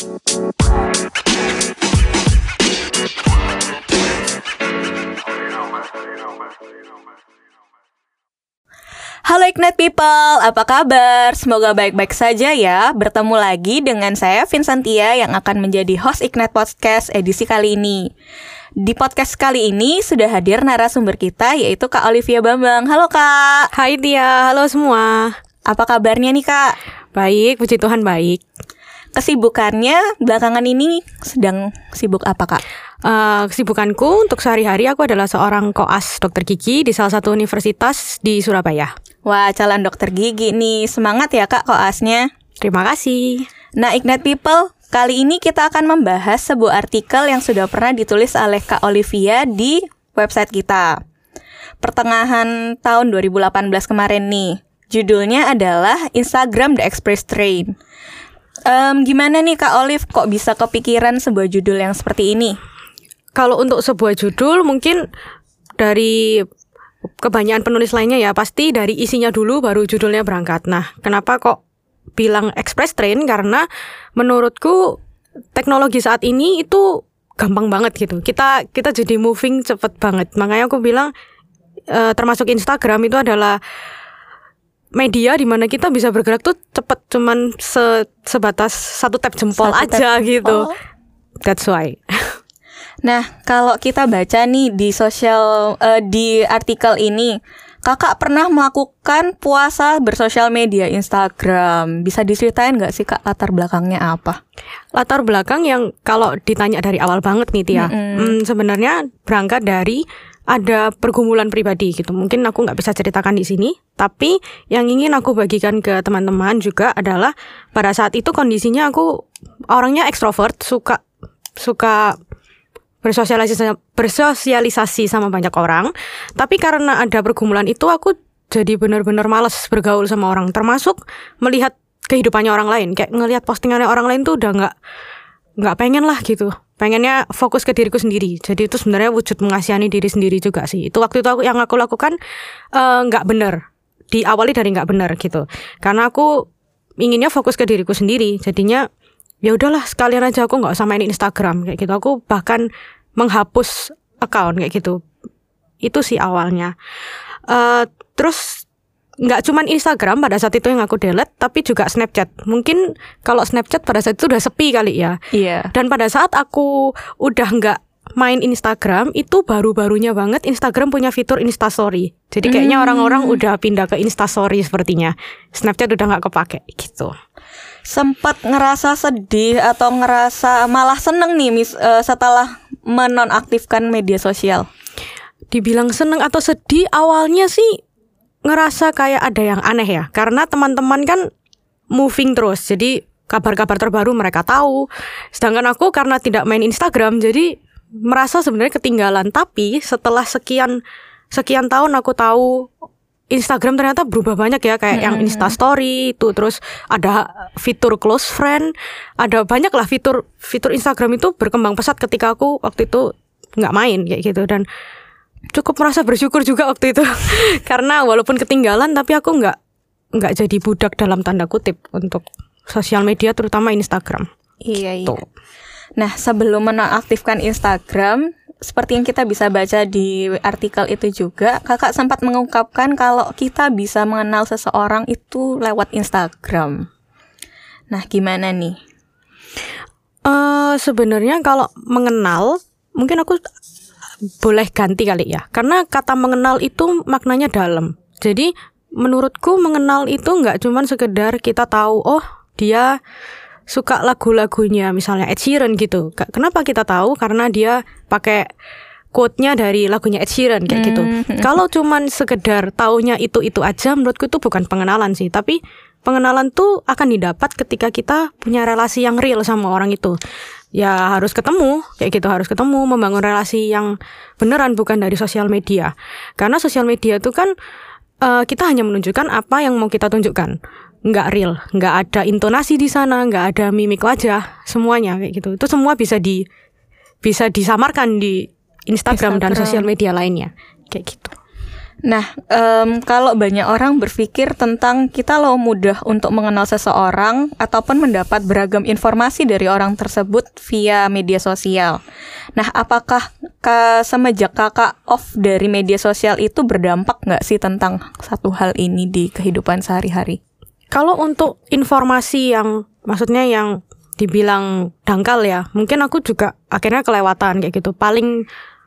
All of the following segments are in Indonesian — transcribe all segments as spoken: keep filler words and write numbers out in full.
Halo Ignite People, apa kabar? Semoga baik-baik saja ya. Bertemu lagi dengan saya Vincentia yang akan menjadi host Ignite Podcast edisi kali ini. Di podcast kali ini sudah hadir narasumber kita yaitu Kak Olivia Bambang. Halo Kak. Hai Tia, halo semua. Apa kabarnya nih Kak? Baik, puji Tuhan baik. Kesibukannya belakangan ini sedang sibuk apa Kak? Uh, kesibukanku untuk sehari-hari aku adalah seorang koas dokter gigi di salah satu universitas di Surabaya. Wah, calon dokter gigi nih. Semangat ya Kak koasnya. Terima kasih. Nah, Ignite People, kali ini kita akan membahas sebuah artikel yang sudah pernah ditulis oleh Kak Olivia di website kita. Pertengahan tahun dua ribu delapan belas kemarin nih. Judulnya adalah Instagram The Express Train. Um, gimana nih Kak Olive, kok bisa kepikiran sebuah judul yang seperti ini? Kalau untuk sebuah judul mungkin dari kebanyakan penulis lainnya ya pasti dari isinya dulu baru judulnya berangkat. Nah, kenapa kok bilang express train? Karena menurutku teknologi saat ini itu gampang banget gitu. Kita kita jadi moving cepet banget. Makanya aku bilang e, termasuk Instagram itu adalah media di mana kita bisa bergerak tuh cepet, cuman se, sebatas satu tap jempol satu aja tap. Gitu. Oh. That's why. Nah, kalau kita baca nih di sosial uh, di artikel ini, Kakak pernah melakukan puasa bersosial media Instagram. Bisa diceritain nggak sih Kak latar belakangnya apa? Latar belakang yang kalau ditanya dari awal banget nih Tia, mm-hmm. hmm, sebenarnya berangkat dari ada pergumulan pribadi gitu. Mungkin aku nggak bisa ceritakan di sini, tapi yang ingin aku bagikan ke teman-teman juga adalah pada saat itu kondisinya aku orangnya ekstrovert, suka suka bersosialisasi bersosialisasi sama banyak orang. Tapi karena ada pergumulan itu aku jadi benar-benar malas bergaul sama orang, termasuk melihat kehidupannya orang lain. Kayak ngelihat postingannya orang lain tuh udah nggak nggak pengen lah gitu. Pengennya fokus ke diriku sendiri. Jadi itu sebenarnya wujud mengasihani diri sendiri juga sih. Itu waktu itu aku, yang aku lakukan uh, nggak benar. Diawali dari nggak benar gitu. Karena aku inginnya fokus ke diriku sendiri. Jadinya ya udahlah sekalian aja aku nggak usah mainin Instagram kayak gitu. Aku bahkan menghapus account kayak gitu. Itu sih awalnya. Uh, terus nggak cuman Instagram pada saat itu yang aku delete, tapi juga Snapchat. Mungkin kalau Snapchat pada saat itu udah sepi kali ya. Iya. Yeah. Dan pada saat aku udah nggak main Instagram, itu baru-barunya banget Instagram punya fitur Instastory. Jadi kayaknya hmm. orang-orang udah pindah ke Instastory sepertinya. Snapchat udah nggak kepake gitu. Sempat ngerasa sedih atau ngerasa malah seneng nih mis, uh, setelah menonaktifkan media sosial? Dibilang seneng atau sedih, awalnya sih ngerasa kayak ada yang aneh ya. Karena teman-teman kan moving terus, jadi kabar-kabar terbaru mereka tahu. Sedangkan aku karena tidak main Instagram, jadi merasa sebenarnya ketinggalan. Tapi setelah sekian sekian tahun aku tahu Instagram ternyata berubah banyak ya. Kayak mm-hmm. yang Instastory itu, terus ada fitur close friend, ada banyak lah fitur fitur Instagram itu berkembang pesat ketika aku waktu itu nggak main kayak gitu. Dan cukup merasa bersyukur juga waktu itu karena walaupun ketinggalan tapi aku nggak nggak jadi budak dalam tanda kutip untuk sosial media terutama Instagram. Iya iya. Nah, sebelum menonaktifkan Instagram, seperti yang kita bisa baca di artikel itu juga, Kakak sempat mengungkapkan kalau kita bisa mengenal seseorang itu lewat Instagram. Nah, gimana nih? Uh, sebenarnya kalau mengenal, mungkin aku boleh ganti kali ya. Karena kata mengenal itu maknanya dalam. Jadi menurutku mengenal itu nggak cuma sekedar kita tahu, oh dia suka lagu-lagunya misalnya Ed Sheeran gitu. Kenapa kita tahu? Karena dia pakai quote-nya dari lagunya Ed Sheeran kayak gitu. Mm-hmm. Kalau cuman sekedar taunya itu-itu aja, menurutku itu bukan pengenalan sih. Tapi pengenalan tuh akan didapat ketika kita punya relasi yang real sama orang itu. Ya harus ketemu, kayak gitu, harus ketemu, membangun relasi yang beneran, bukan dari sosial media. Karena sosial media itu kan uh, kita hanya menunjukkan apa yang mau kita tunjukkan. Nggak real, nggak ada intonasi di sana, nggak ada mimik wajah, semuanya kayak gitu. Itu semua bisa di bisa disamarkan di Instagram, Instagram dan sosial media lainnya, kayak gitu. Nah, um, kalau banyak orang berpikir tentang kita loh mudah untuk mengenal seseorang ataupun mendapat beragam informasi dari orang tersebut via media sosial. Nah, apakah ke, semenjak kakak off dari media sosial itu berdampak nggak sih tentang satu hal ini di kehidupan sehari-hari? Kalau untuk informasi yang maksudnya yang dibilang dangkal ya, mungkin aku juga akhirnya kelewatan kayak gitu. Paling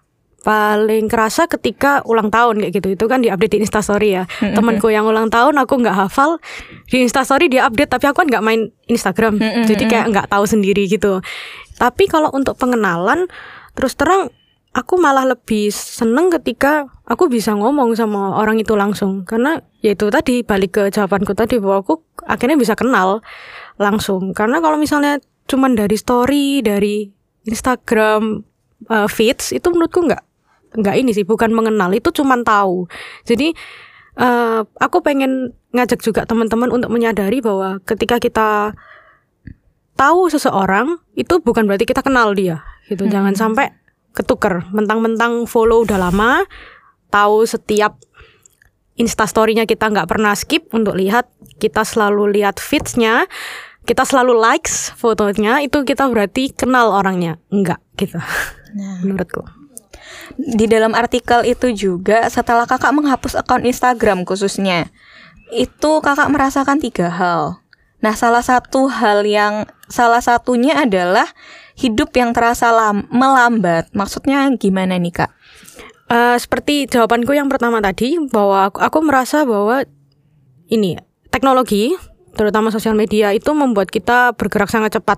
Paling kerasa ketika ulang tahun kayak gitu. Itu kan di-update di Instastory ya. Mm-hmm. Temenku yang ulang tahun aku gak hafal, di Instastory dia update, tapi aku kan gak main Instagram. Mm-hmm. Jadi kayak gak tahu sendiri gitu. Tapi kalau untuk pengenalan, terus terang aku malah lebih seneng ketika aku bisa ngomong sama orang itu langsung. Karena ya itu tadi, balik ke jawabanku tadi, bahwa aku akhirnya bisa kenal langsung. Karena kalau misalnya cuman dari story, dari Instagram uh, feeds, itu menurutku gak Enggak ini sih, bukan mengenal, itu cuman tahu. Jadi uh, aku pengen ngajak juga teman-teman untuk menyadari bahwa ketika kita tahu seseorang, itu bukan berarti kita kenal dia gitu. Hmm. Jangan sampai ketuker, mentang-mentang follow udah lama, tahu setiap Instastory-nya kita nggak pernah skip untuk lihat, kita selalu lihat feeds-nya, kita selalu likes fotonya, itu kita berarti kenal orangnya. Enggak gitu. Nah. Menurutku. Di dalam artikel itu juga, setelah kakak menghapus akun Instagram khususnya, itu kakak merasakan tiga hal. Nah, salah satu hal yang salah satunya adalah hidup yang terasa lam, melambat. Maksudnya gimana nih kak? Uh, seperti jawabanku yang pertama tadi, bahwa aku, aku merasa bahwa ini teknologi, terutama sosial media, itu membuat kita bergerak sangat cepat.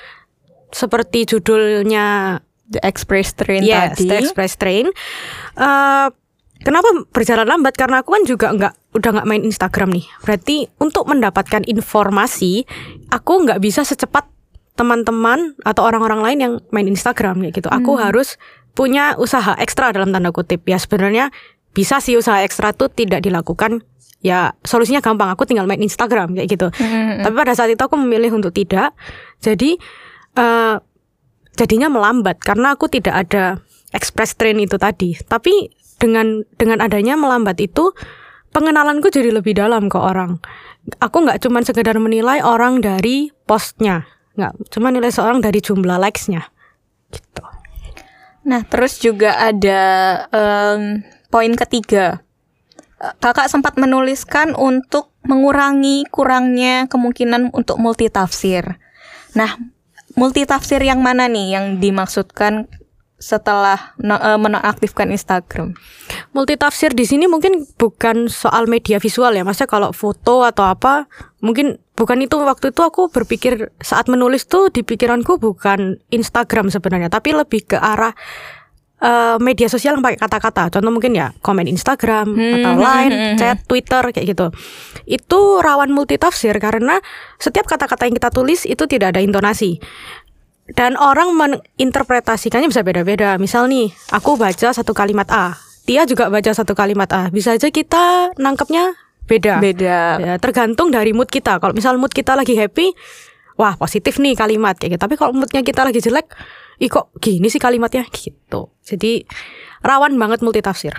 Seperti judulnya The Express Train yes, tadi. The Express Train. Uh, kenapa berjalan lambat? Karena aku kan juga nggak, udah nggak main Instagram nih. Berarti untuk mendapatkan informasi, aku nggak bisa secepat teman-teman atau orang-orang lain yang main Instagram kayak gitu. Aku hmm. harus punya usaha ekstra dalam tanda kutip. Ya sebenarnya bisa sih usaha ekstra tuh tidak dilakukan. Ya solusinya gampang. Aku tinggal main Instagram kayak gitu. Hmm. Tapi pada saat itu aku memilih untuk tidak. Jadi uh, jadinya melambat karena aku tidak ada express train itu tadi. Tapi dengan dengan adanya melambat itu, pengenalanku jadi lebih dalam ke orang. Aku nggak cuma sekedar menilai orang dari postnya, nggak cuma nilai seorang dari jumlah likes-nya gitu. Nah, terus juga ada um, poin ketiga. Kakak sempat menuliskan untuk mengurangi kurangnya kemungkinan untuk multitafsir. Nah, multitafsir yang mana nih yang dimaksudkan setelah no, uh, menonaktifkan Instagram? Multitafsir di sini mungkin bukan soal media visual ya. Maksudnya kalau foto atau apa, mungkin bukan itu. Waktu itu aku berpikir saat menulis tuh di pikiranku bukan Instagram sebenarnya, tapi lebih ke arah uh, media sosial yang pakai kata-kata. Contoh mungkin ya komen Instagram hmm, atau Line, hmm, chat, Twitter kayak gitu. Itu rawan multitafsir karena setiap kata-kata yang kita tulis itu tidak ada intonasi. Dan orang menginterpretasikannya bisa beda-beda. Misal nih, aku baca satu kalimat A, dia juga baca satu kalimat A. Bisa aja kita nangkepnya beda. Beda. Ya, tergantung dari mood kita. Kalau misal mood kita lagi happy, wah positif nih kalimat kayak gitu. Tapi kalau moodnya kita lagi jelek, ih kok gini sih kalimatnya gitu. Jadi rawan banget multitafsir.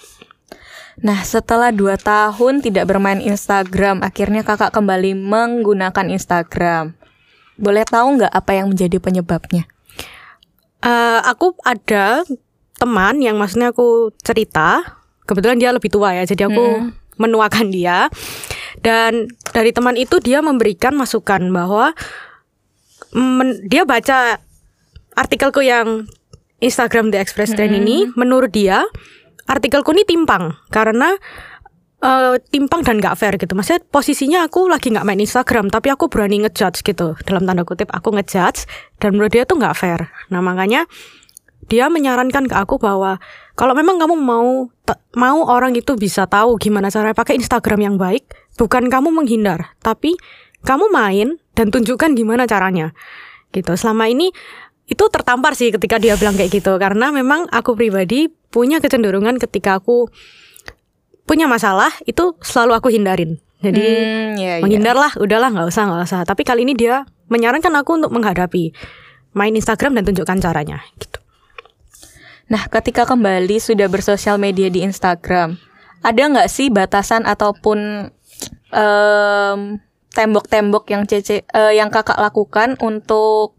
Nah, setelah dua tahun tidak bermain Instagram, akhirnya kakak kembali menggunakan Instagram. Boleh tahu nggak apa yang menjadi penyebabnya? Uh, aku ada teman yang maksudnya aku cerita, kebetulan dia lebih tua ya, jadi aku hmm. menuakan dia. Dan dari teman itu dia memberikan masukan bahwa men, dia baca artikelku yang Instagram The Express Train hmm. ini, menurut dia artikelku ini timpang karena Uh, timpang dan gak fair gitu. Maksudnya posisinya aku lagi gak main Instagram, tapi aku berani ngejudge gitu. Dalam tanda kutip aku ngejudge, dan menurut dia tuh gak fair. Nah makanya dia menyarankan ke aku bahwa kalau memang kamu mau t- mau orang itu bisa tahu gimana cara pakai Instagram yang baik, bukan kamu menghindar, tapi kamu main dan tunjukkan gimana caranya gitu. Selama ini itu tertampar sih ketika dia bilang kayak gitu, karena memang aku pribadi punya kecenderungan ketika aku punya masalah itu selalu aku hindarin. Jadi hmm, yeah, menghindar lah, yeah. udahlah nggak usah nggak usah. Tapi kali ini dia menyarankan aku untuk menghadapi, main Instagram dan tunjukkan caranya. Gitu. Nah, ketika kembali sudah bersosial media di Instagram, ada nggak sih batasan ataupun um, tembok-tembok yang Cece uh, yang kakak lakukan untuk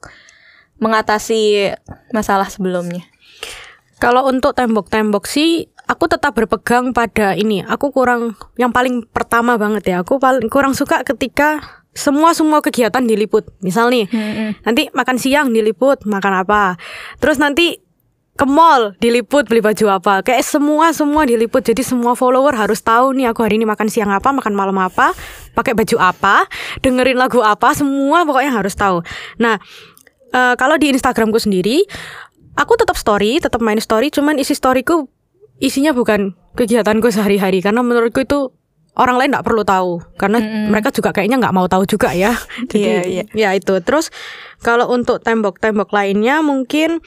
mengatasi masalah sebelumnya? Kalau untuk tembok-tembok sih aku tetap berpegang pada ini. Aku kurang, yang paling pertama banget ya, aku paling kurang suka ketika semua semua kegiatan diliput. Misal nih, hmm. nanti makan siang diliput makan apa, terus nanti ke mall diliput beli baju apa, kayak semua semua diliput. Jadi semua follower harus tahu nih aku hari ini makan siang apa, makan malam apa, pakai baju apa, dengerin lagu apa, semua pokoknya harus tahu. Nah, uh, kalau di Instagramku sendiri, aku tetap story, tetap main story, cuman isi storyku isinya bukan kegiatanku sehari-hari, karena menurutku itu orang lain nggak perlu tahu, karena mm-hmm. mereka juga kayaknya nggak mau tahu juga ya. Jadi yeah, yeah. ya itu. Terus kalau untuk tembok-tembok lainnya mungkin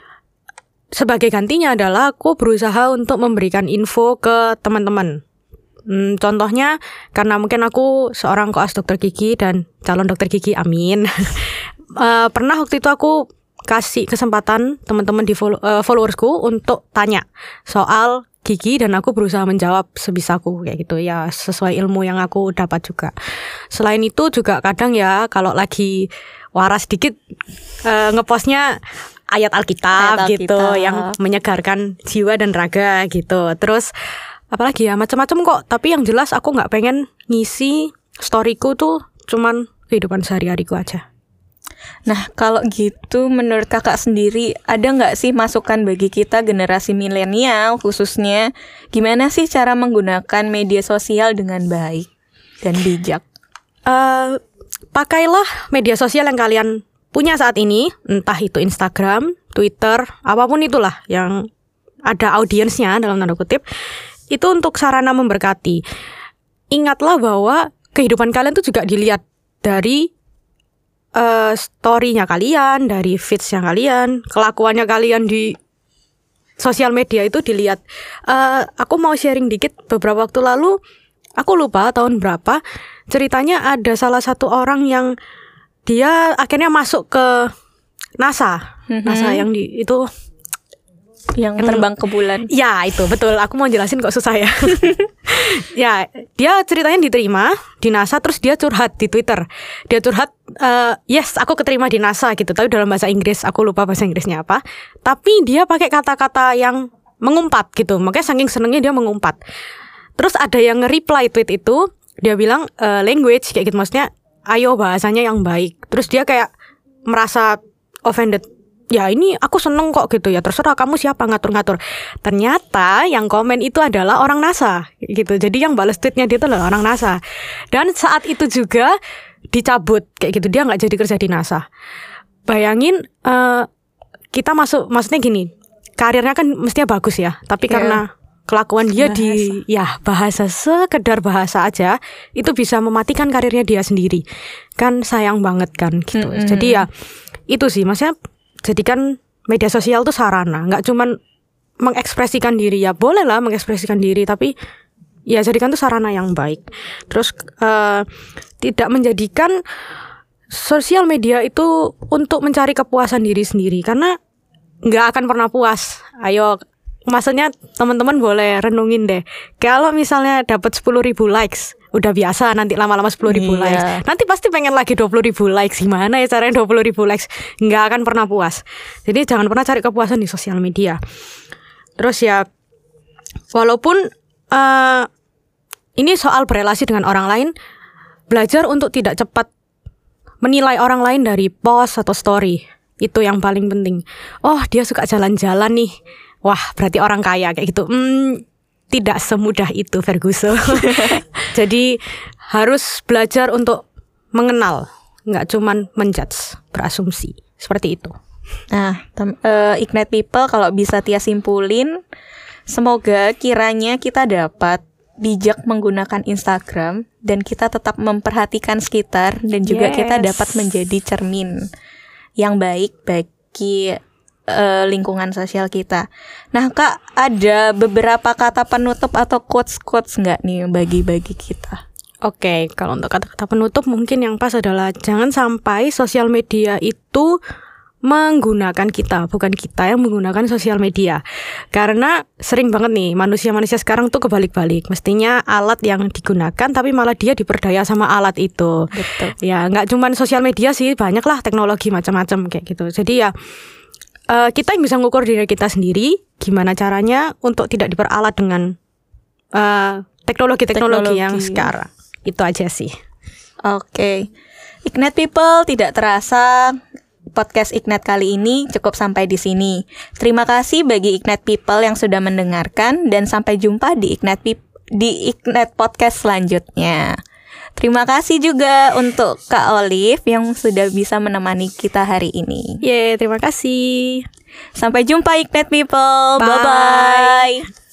sebagai gantinya adalah aku berusaha untuk memberikan info ke teman-teman. Hmm, contohnya karena mungkin aku seorang koas dokter gigi dan calon dokter gigi, amin. uh, pernah waktu itu aku kasih kesempatan teman-teman di follow, uh, followersku untuk tanya soal gigi, dan aku berusaha menjawab sebisaku kayak gitu ya, sesuai ilmu yang aku dapat juga. Selain itu juga kadang ya kalau lagi waras dikit uh, ngepostnya ayat Alkitab, ayat gitu Alkitab. Yang menyegarkan jiwa dan raga gitu. Terus apalagi ya, macam-macam kok, tapi yang jelas aku nggak pengen ngisi storyku tuh cuman kehidupan sehari-hariku aja. Nah, kalau gitu menurut kakak sendiri ada nggak sih masukan bagi kita generasi milenial khususnya, gimana sih cara menggunakan media sosial dengan baik dan bijak? Uh, pakailah media sosial yang kalian punya saat ini, entah itu Instagram, Twitter, apapun itulah yang ada audiensnya dalam tanda kutip, itu untuk sarana memberkati. Ingatlah bahwa kehidupan kalian tuh juga dilihat dari Uh, story-nya kalian, dari feeds-nya kalian, kelakuannya kalian di sosial media itu dilihat. Uh, aku mau sharing dikit, beberapa waktu lalu, aku lupa tahun berapa, ceritanya ada salah satu orang yang dia akhirnya masuk ke NASA, mm-hmm. NASA yang di itu yang terbang ke bulan. Ya itu betul, aku mau jelasin kok susah ya. Ya, dia ceritanya diterima di NASA, terus dia curhat di Twitter. Dia curhat, uh, yes aku keterima di NASA gitu, tapi dalam bahasa Inggris, aku lupa bahasa Inggrisnya apa. Tapi dia pakai kata-kata yang mengumpat gitu, makanya saking senengnya dia mengumpat. Terus ada yang nge-reply tweet itu, dia bilang uh, language kayak gitu, maksudnya ayo bahasanya yang baik. Terus dia kayak merasa offended. Ya ini aku seneng kok gitu ya, terserah kamu siapa ngatur-ngatur. Ternyata yang komen itu adalah orang NASA gitu. Jadi yang balas tweetnya dia itu adalah orang NASA. Dan saat itu juga dicabut kayak gitu, dia gak jadi kerja di NASA. Bayangin uh, kita masuk, maksudnya gini, karirnya kan mestinya bagus ya, tapi yeah. karena kelakuan dia bahasa. di ya bahasa sekedar bahasa aja itu bisa mematikan karirnya dia sendiri. Kan sayang banget kan gitu. Mm-hmm. Jadi ya itu sih, maksudnya jadikan media sosial tuh sarana, nggak cuman mengekspresikan diri, ya boleh lah mengekspresikan diri, tapi ya jadikan tuh sarana yang baik. Terus uh, tidak menjadikan sosial media itu untuk mencari kepuasan diri sendiri, karena nggak akan pernah puas. Ayo, maksudnya teman-teman boleh renungin deh, kalau misalnya dapat sepuluh ribu likes udah biasa, nanti lama-lama sepuluh ribu iya. likes, nanti pasti pengen lagi dua puluh ribu likes. Gimana ya caranya dua puluh ribu likes? Nggak akan pernah puas. Jadi jangan pernah cari kepuasan di sosial media. Terus ya, walaupun uh, ini soal berelasi dengan orang lain, belajar untuk tidak cepat menilai orang lain dari post atau story. Itu yang paling penting. Oh, dia suka jalan-jalan nih, wah berarti orang kaya kayak gitu. Hmm, tidak semudah itu, Ferguson. Jadi harus belajar untuk mengenal, nggak cuman menjudge, berasumsi. Seperti itu. Nah, tem- uh, Ignite People kalau bisa Tia simpulin, semoga kiranya kita dapat bijak menggunakan Instagram dan kita tetap memperhatikan sekitar, dan juga yes. kita dapat menjadi cermin yang baik bagi Uh, lingkungan sosial kita. Nah Kak, ada beberapa kata penutup atau quotes-quotes nggak nih bagi-bagi kita? Oke, okay, kalau untuk kata-kata penutup mungkin yang pas adalah jangan sampai sosial media itu menggunakan kita, bukan kita yang menggunakan sosial media. Karena sering banget nih manusia-manusia sekarang tuh kebalik-balik. Mestinya alat yang digunakan tapi malah dia diperdaya sama alat itu. Betul. Ya nggak cuman sosial media sih, banyak lah teknologi macam-macam kayak gitu. Jadi ya uh, kita yang bisa ngukur diri kita sendiri gimana caranya untuk tidak diperalat dengan uh, teknologi-teknologi yang sekarang. Itu aja sih. Oke, okay. Ignite People, tidak terasa podcast Ignite kali ini cukup sampai di sini. Terima kasih bagi Ignite People yang sudah mendengarkan dan sampai jumpa di Ignite Pe- di Ignite Podcast selanjutnya. Terima kasih juga untuk Kak Olive yang sudah bisa menemani kita hari ini. Yeay, terima kasih. Sampai jumpa Ignite People. Bye. Bye-bye.